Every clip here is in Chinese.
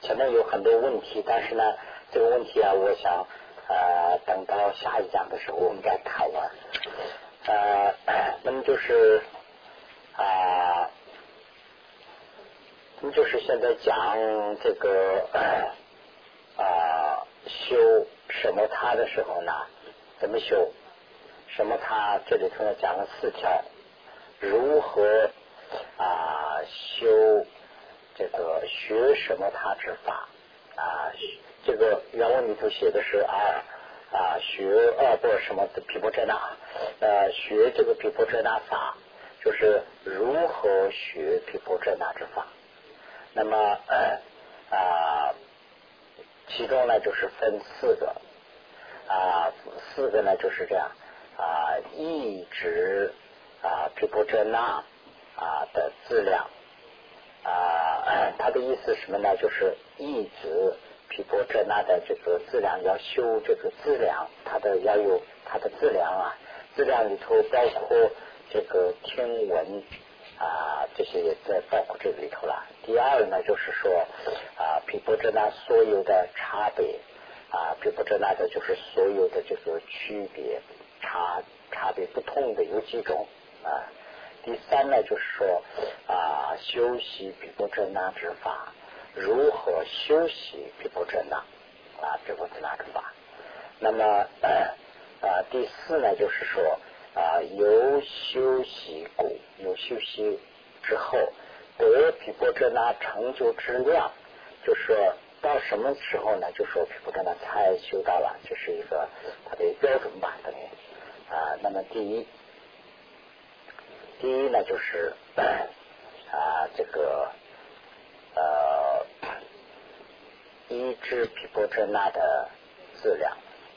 前面有很多问题，但是呢，这个问题啊，我想等到下一讲的时候我们再谈完。那么就是现在讲这个修什么他的时候呢，怎么修什么他？这里头呢讲了4条，如何修这个学什么他之法这个原文里头写的是学不什么毗婆遮那学这个毗婆遮那法，就是如何学毗婆遮那之法。那么其中呢就是分4个4个呢就是这样一指毗婆遮那的资粮它的意思是什么呢？就是一指毗婆遮那的这个资粮，要修这个资粮，要有它的资粮资粮里头包括这个听闻这些也在包括这个里头了。第二呢就是说毗婆遮那所有的差别毗婆遮那的就是所有的这个区别差别不同的有几种第三呢就是说修习毗婆遮那之法，如何修习毗婆遮那毗婆遮那之法。那么第4呢就是说由修习故，有修习之后得毗婆遮那成就之量，就是说到什么时候呢？就说毗婆遮那才修到了，这是一个它的标准版的那么第一呢就是这个依知毗婆遮那的资粮。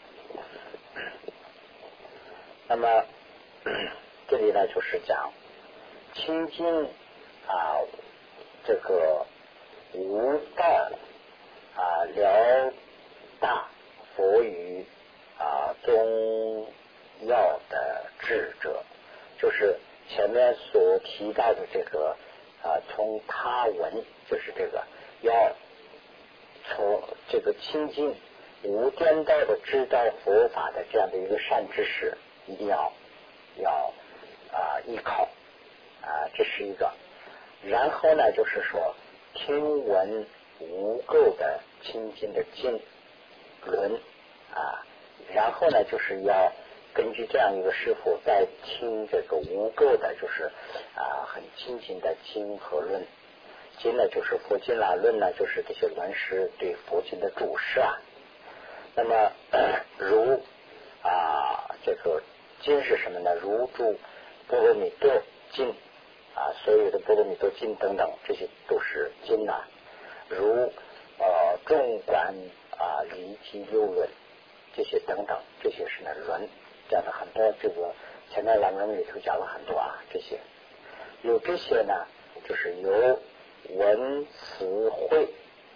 那么这里呢就是讲清净这个无道了大佛于中要的智者，就是前面所提到的这个从他闻，就是这个要从这个清净无颠倒的知道佛法的这样的一个善知识，一定要依靠这是一个。然后呢就是说听闻无垢的清净的经论然后呢就是要根据这样一个师父再听这个无垢的，就是很清净的经和论。经呢就是佛经论呢就是这些论师对佛经的注释那么如这个经是什么呢？如住波罗蜜多经所有的波罗蜜多经等等，这些都是经如纵观离经六论，这些等等，这些是论，讲了很多。这个前面2人里头讲了很多这些有这些呢，就是由闻词会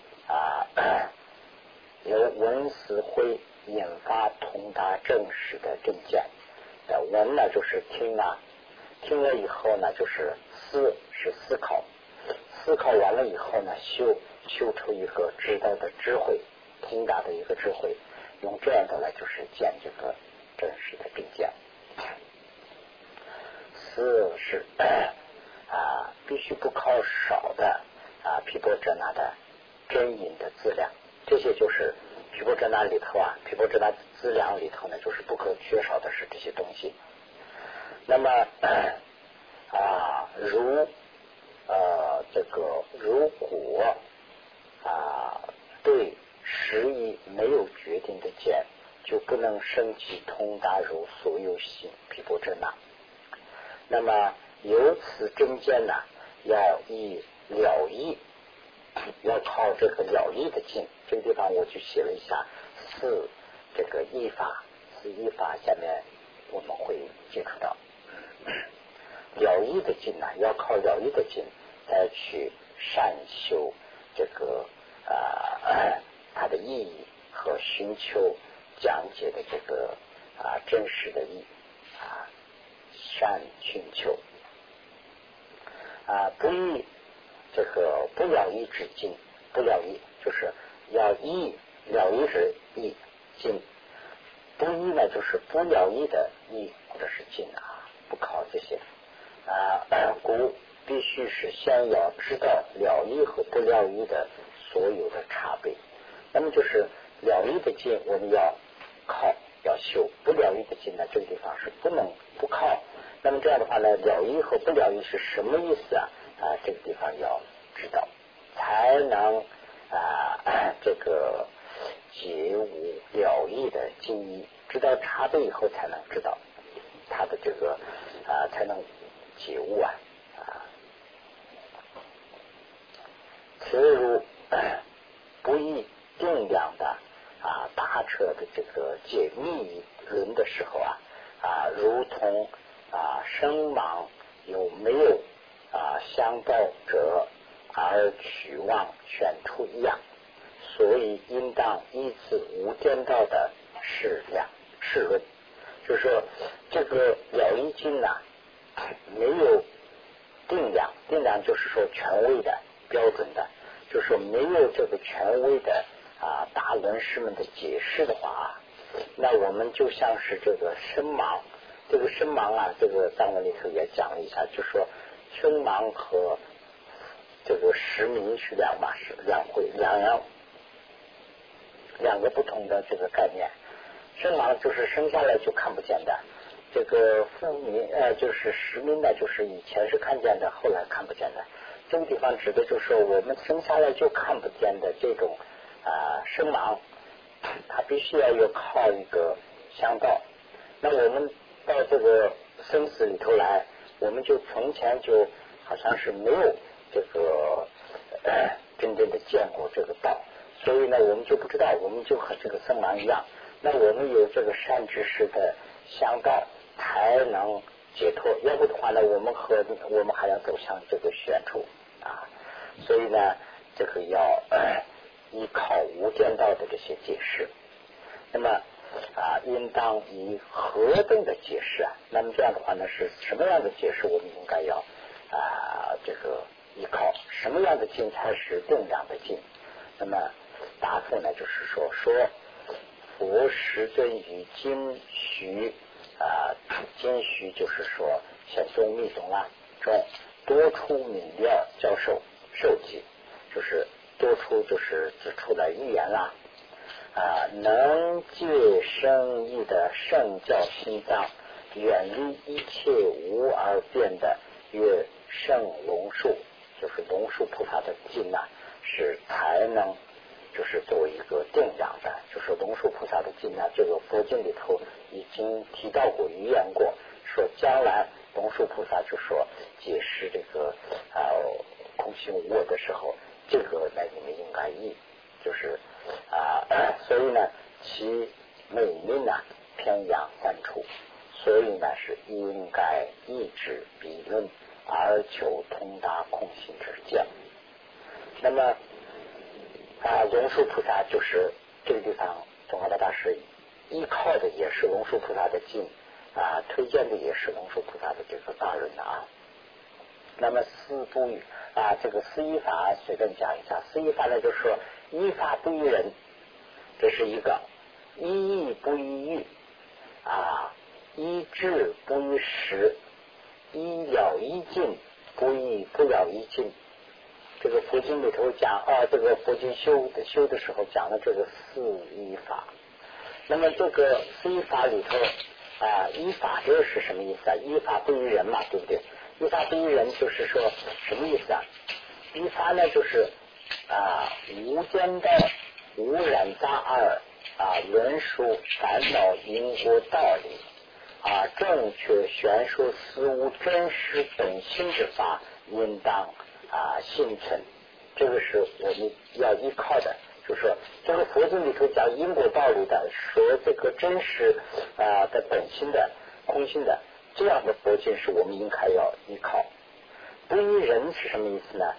由闻词会引发通达正实的正见。闻呢就是听听了以后呢就是是思考，思考完了以后呢修出一个知道的智慧，通达的一个智慧，用这样的来就是见这个真实的正见。是必须不靠少的毗婆遮那的真隐的资粮，这些就是毗婆遮那里头毗婆遮那资粮里头呢，就是不可缺少的是这些东西。那么如果对实义没有决定的见，就不能升起通达如所有性毗婆遮那。那么由此真见要以了义，要靠这个了义的境。这个地方我就写了一下这个依法下面我们会接触到了义的境要靠了义的境再去善修这个它的意义和寻求讲解的这个真实的意善寻求不以这个不了义之境，不了义就是要义，了义是义尽，不义呢就是不了义的义或者是尽啊，不考这些故必须是先要知道了义和不了义的所有的差别。那么就是了义的尽我们要靠要修，不了义的尽呢这个地方是不能不靠。那么这样的话呢，了义和不了义是什么意思啊？这个地方要知道，才能这个解悟了义的精义，知道差别以后才能知道他的这个才能解悟此如不易定量的大彻的这个解密论的时候如同声盲有没有相报者而取望选出一样，所以应当依此无间道的适论，就是说这个了义经没有定量，定量就是说权威的标准的，就是说没有这个权威的大论师们的解释的话那我们就像是这个声盲，这个声盲这个藏文里头也讲了一下，就说声盲和这个实名是两码事，两个不同的这个概念。声盲就是生下来就看不见的，这个复明就是实名呢，就是以前是看见的，后来看不见的。这个地方指的就是我们生下来就看不见的这种声盲，它必须要有靠一个向导。那我们到这个生死里头来，我们就从前就好像是没有这个真正的见过这个道，所以呢我们就不知道，我们就和这个僧盲一样。那我们有这个善知识的向导才能解脱，要不的话呢我们还要走向这个悬处所以呢这个要依靠无间道的这些解释。那么应当以何等的解释那么这样的话呢是什么样的解释我们应该要这个依靠什么样的经才是定量的经。那么答复呢就是说佛实尊于经虚经虚就是说显宗密宗中多出明了教授受记，就是多出就是指出了预言能借生意的圣教心脏，远离一切无而变的曰圣龙树，就是龙树菩萨的经是才能就是作为一个定量的，就是龙树菩萨的经这个佛经里头已经提到过预言过，说将来龙树菩萨就说解释这个空性无我的时候，这个呢你们应该译，就是所以呢其美名偏扬三处，所以呢是应该抑制比论而求通达空性之见。那么龙树菩萨就是这个地方宗喀巴大师依靠的也是龙树菩萨的经推荐的也是龙树菩萨的这个大人那么四不语这个四依法随便讲一下。四依法呢就是说依法不依人，这是一个；依义不依欲依智不依时，依了依尽不依不了依尽。这个佛经里头讲这个佛经修的时候讲了这个四依法。那么这个四依法里头依法这是什么意思依法不依人嘛，对不对？依法不依人就是说什么意思依法呢就是无间道无染杂二论述烦恼因果道理正确悬说思无真实本性之法，应当信存。这个是我们要依靠的，就是说这个佛经里头讲因果道理的，说这个真实的本性的空性的，这样的佛经是我们应该要依靠。不依人是什么意思呢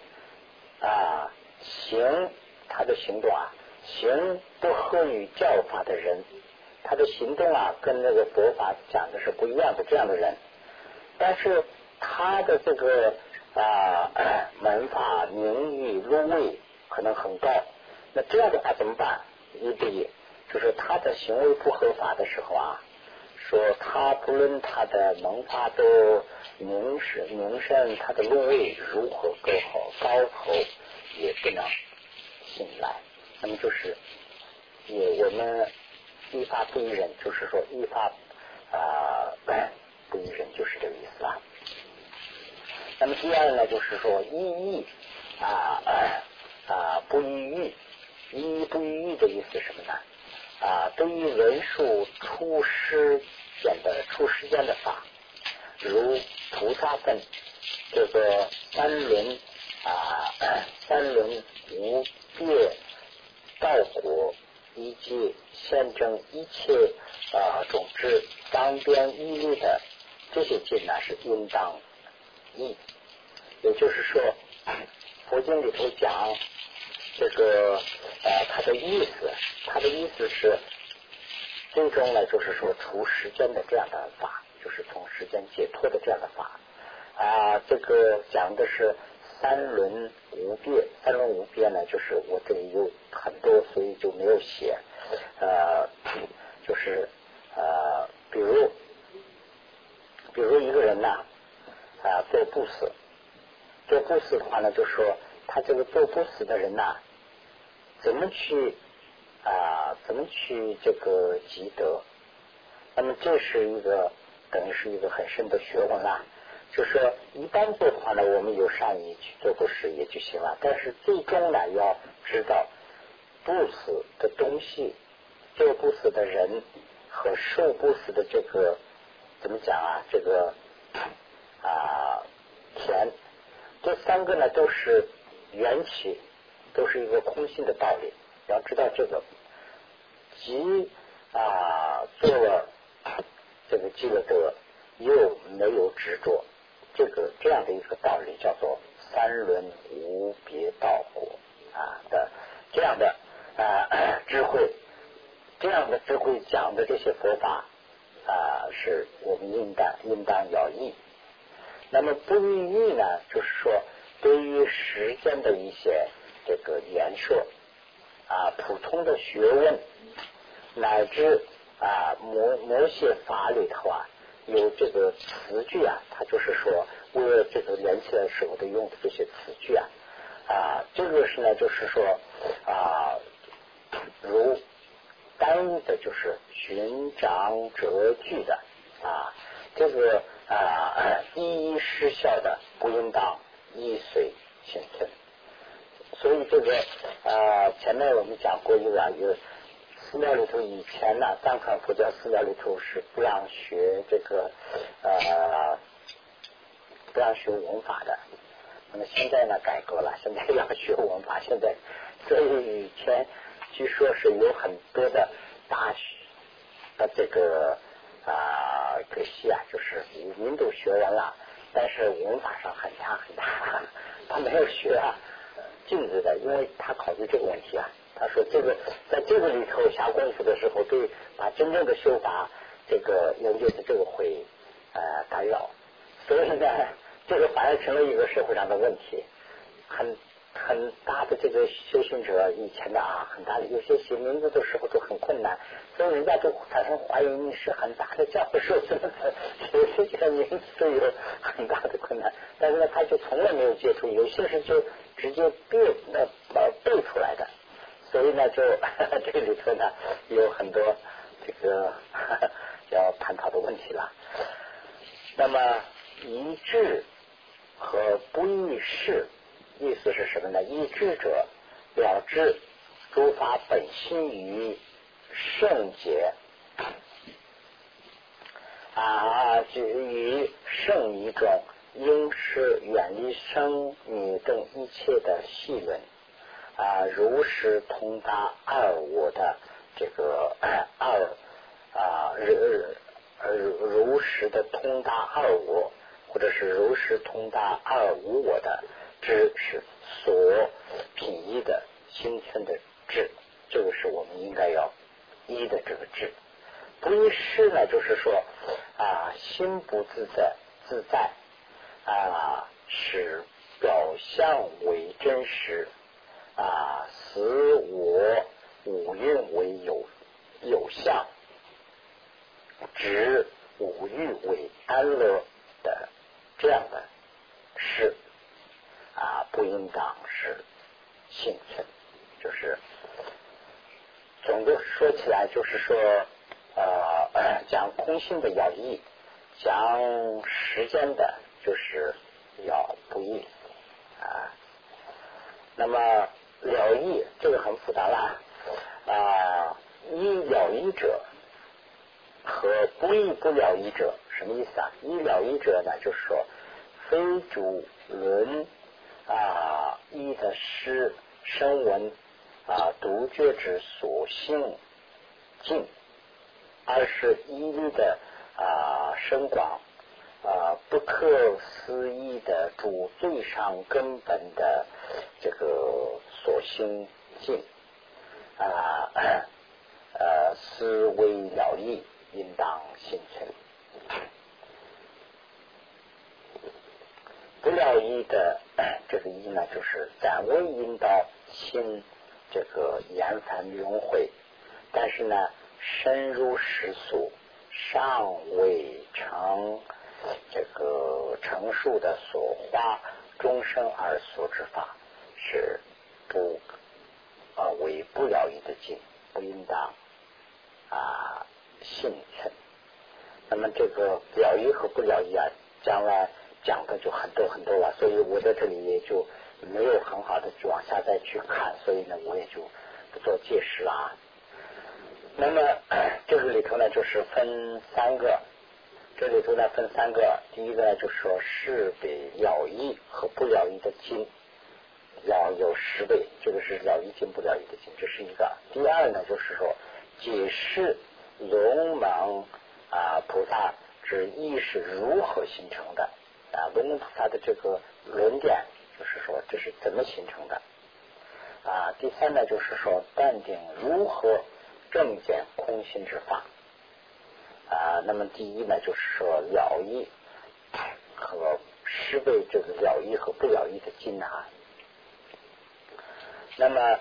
行他的行动行不合于教法的人，他的行动跟那个佛法讲的是不一样的，这样的人，但是他的这个门法名誉禄位可能很高， 那这样的话怎么办？一不一，就是他的行为不合法的时候啊，说他不论他的文化都名声，他的路位如何高厚，也不能信赖。那么就是我们依法不依人，就是说依法不依人，就是这个意思啊。那么第二呢，就是说依义不依义，依义不依义的意思是什么呢？对于人数出世间的法，如菩萨分这个三轮无别道果以及现证一切种子方便义律的这些经呢，是应当义。也就是说，佛经里头讲这个它的意思是最终呢，就是说除时间的这样的法，就是从时间解脱的这样的法这个讲的是三轮无别。三轮无别呢，就是我这里有很多，所以就没有写就是比如一个人呢做布施的话呢，就说他这个做布施的人呢，怎么去这个积德？那么这是一个等于是一个很深的学问啦。就是说一般做的话呢，我们有善意去做布施也就行了，但是最终呢，要知道布施的东西，做布施的人和受布施的这个怎么讲这个田，这三个呢都是缘起，都是一个空性的道理。要知道这个即做了这个积了德，又没有执着，这样的一个道理叫做三轮无别道果的这样的智慧。这样的智慧讲的这些佛法是我们应当要依。那么不依义呢，就是说对于时间的一些这个言说普通的学问，乃至某些法里头有这个词句它就是说为了这个连起来时候的用的这些词句这个是呢，就是说如单一的就是寻章折句的这个一一失效的，不应当依随现存。所以这个前面我们讲过有寺庙里头以前呢，藏传佛教寺庙里头是不让学这个不让学文法的。那么现在呢改革了，现在要学文法。现在所以以前据说是有很多的大学的这个可惜就是五名都学完了，但是文法上很差，他没有学镜子的，因为他考虑这个问题他说这个在这个里头下功夫的时候，对把真正的修法这个研究的这个会干扰，所以呢，这个反而成了一个社会上的问题，很大的这个修行者以前的很大的，有些写名字的时候都很困难，所以人家就产生怀疑你是很大的教授，有些名字都有很大的困难，但是呢，他就从来没有接触，有些是就直接背出来的，所以呢，就这个里头呢有很多这个要探讨的问题了。那么一致和不异事，意思是什么呢？一致者了知诸法本心于圣解于圣义中，应是远离生女等一切的细论如实通达二我的这个如实的通达二我，或者是如实通达二无我的知是所品依的心存的智，这个是我们应该要依的这个智。不依事呢，就是说心不自在使表象为真实使我五蕴为有相，指五欲为安乐的这样的事不应当是幸存。就是总的说起来，就是说讲空性的要义，讲时间的就是要不义那么了义这个很复杂了依了义者和不义不了义者什么意思啊？依了义者呢，就是说非主论义的诗声闻独觉之所性境，而是依律的深广不可思议的主最上根本的这个所性境思维了义，应当幸存。不了义的这个义呢，就是暂未引导心这个言繁融会，但是呢深入世俗，尚未成这个成数的所化终生而所知法，是不为不了义的境，不应当幸存。那么这个了义和不了义将来讲的就很多很多了，所以我在这里也就没有很好的往下再去看，所以呢我也就不做解释啦。那么这个里头呢就是分三个，这里头呢分三个，第一个呢就是说是被了义和不了义的经要有10倍，这个是了义经不了义的经，这是一个。第二呢就是说解释龙门菩萨之意是如何形成的龙门菩萨的这个论点，就是说这是怎么形成的第三呢就是说断定如何正见空性之法那么第一呢就是说了义和10倍这个了义和不了义的经那么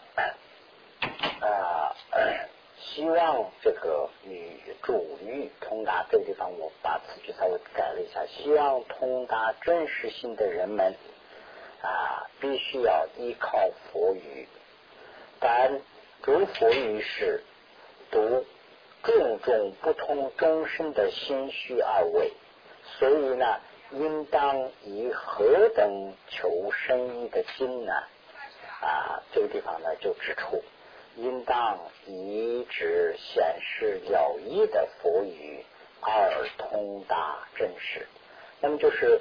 希望这个与主欲通达这个地方我把词句稍微改了一下，希望通达真实性的人们必须要依靠佛语，但读佛语是读种种不同众生的心绪而为，所以呢应当以何等求深意的经呢这个地方呢就指出应当以指显示了义的佛语而通达真实。那么就是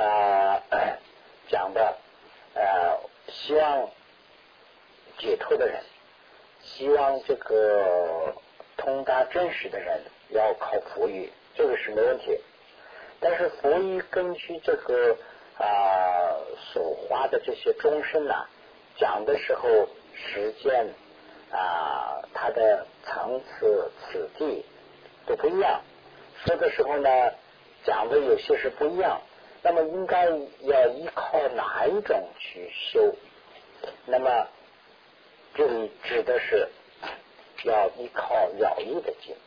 讲的希望解脱的人，希望这个通达真实的人要靠佛语，这个是没问题。但是佛语根据这个所花的这些众生讲的时候时间它的层次此地都不一样，说的时候呢讲的有些是不一样，那么应该要依靠哪一种去修？那么这里指的是要依靠了义的经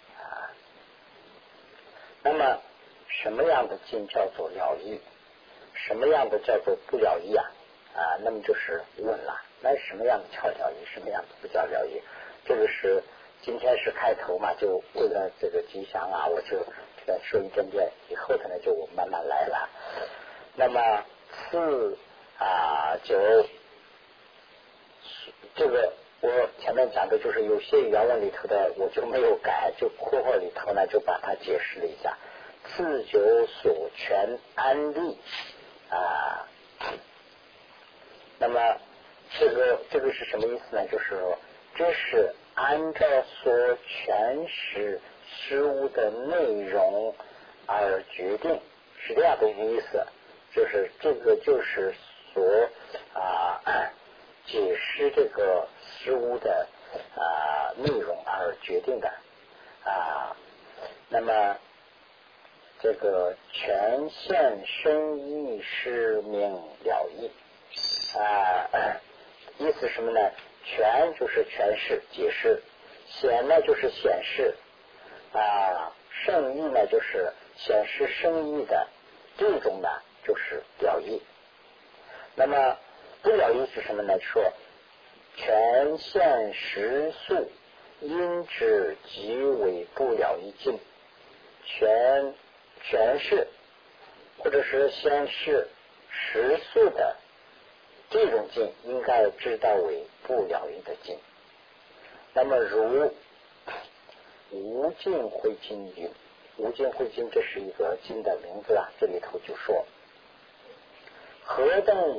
那么什么样的经叫做了义？什么样的叫做不了义那么就是问了，那什么样的叫了义，什么样的不叫了义？这个是今天是开头嘛，就为了这个吉祥我就再说一点点，以后可能就慢慢来了。那么次就这个我前面讲的就是有些原文里头的我就没有改，就括号里头呢就把它解释了一下。次九所权安立那么这个是什么意思呢？就是说这是按照所诠释事物的内容而决定，是这样的一个意思，就是这个就是所解释这个事物的内容而决定的那么这个全现深意是明了义因意思什么呢？诠就是诠释解释，显呢就是显示圣意呢就是显示圣意的这种呢就是表意。那么不了义是什么呢？说全现实素，因之即为不了义境。全是或者是显示实素的这种境，应该知道为不了义的境。那么如无尽慧经云，无尽慧经这是一个经的名字啊，这里头就说何等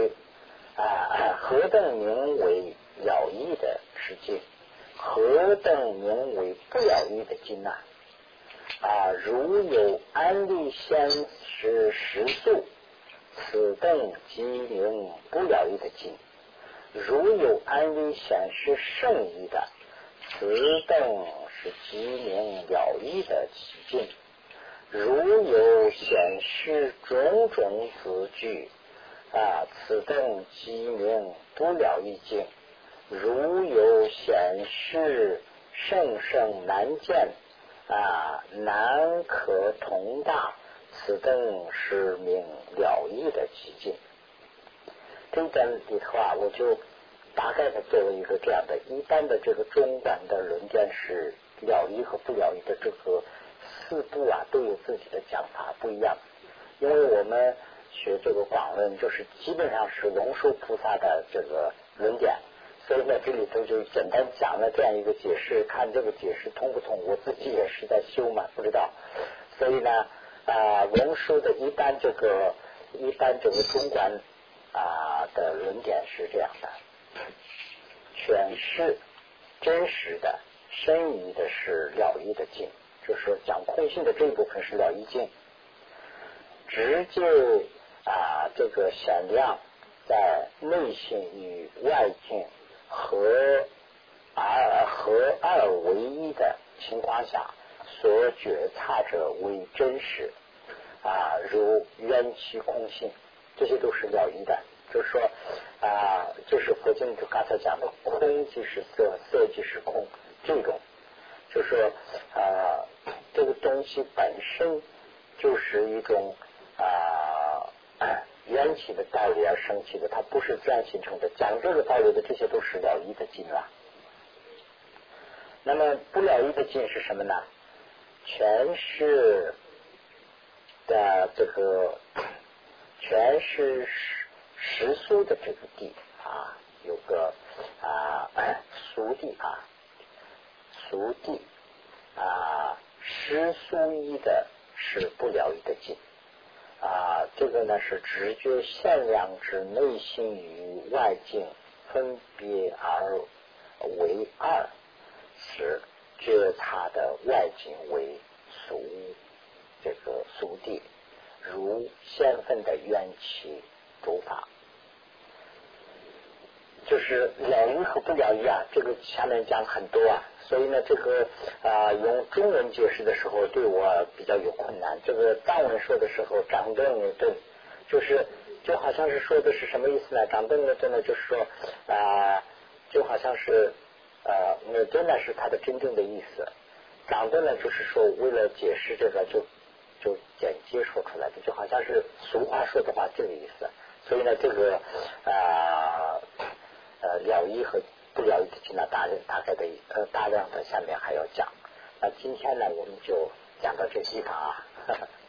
名为了义的实境，何等名为不了义的经啊？如有安立先是实素，此等即名不了义的经；如有安立显示圣义的，此等是即名了义的其境。如有显示种种子句此等即名不了义境。如有显示圣难见难可同大，此等是名了义的其境。这一段里头我就大概的作为一个这样的一般的这个中观的论点是了义和不了义的这个四部都有自己的讲法不一样。因为我们学这个广论就是基本上是龙树菩萨的这个论点，所以呢这里头就简单讲了这样一个解释，看这个解释通不通，我自己也是在修嘛，不知道。所以呢龙树的一般这个中观的论点是这样的，诠释真实的深义的是了义的境，就是说讲空性的这一部分是了义境，直接这个显亮在内心与外境合二为一的情况下所觉察者为真实如缘起空性，这些都是了义的。就是说就是佛经就刚才讲的空即是色，色即是空，这种就是说这个东西本身就是一种缘起的道理而生起的，它不是自然形成的。讲这个道理的这些都是了义的境了。那么不了义的境是什么呢？全是的这个全是实素的这个地有个俗地俗地实素义的是不了义的境这个呢是直觉限量之内心与外境分别而为二，使觉察的外境为这个俗地，如先分的缘起诸法。就是了义和不了义这个下面讲很多所以呢这个用中文解释的时候对我比较有困难。这个藏文说的时候掌灯为顿，就好像是说的是什么意思呢？掌灯为顿呢就是说就好像是为顿呢是它的真正的意思，掌灯呢就是说为了解释这个就简介说出来的，就好像是俗话说的话这个意思。所以呢这个了义和不了义的经呢大量的下面还要讲。那今天呢我们就讲到这地方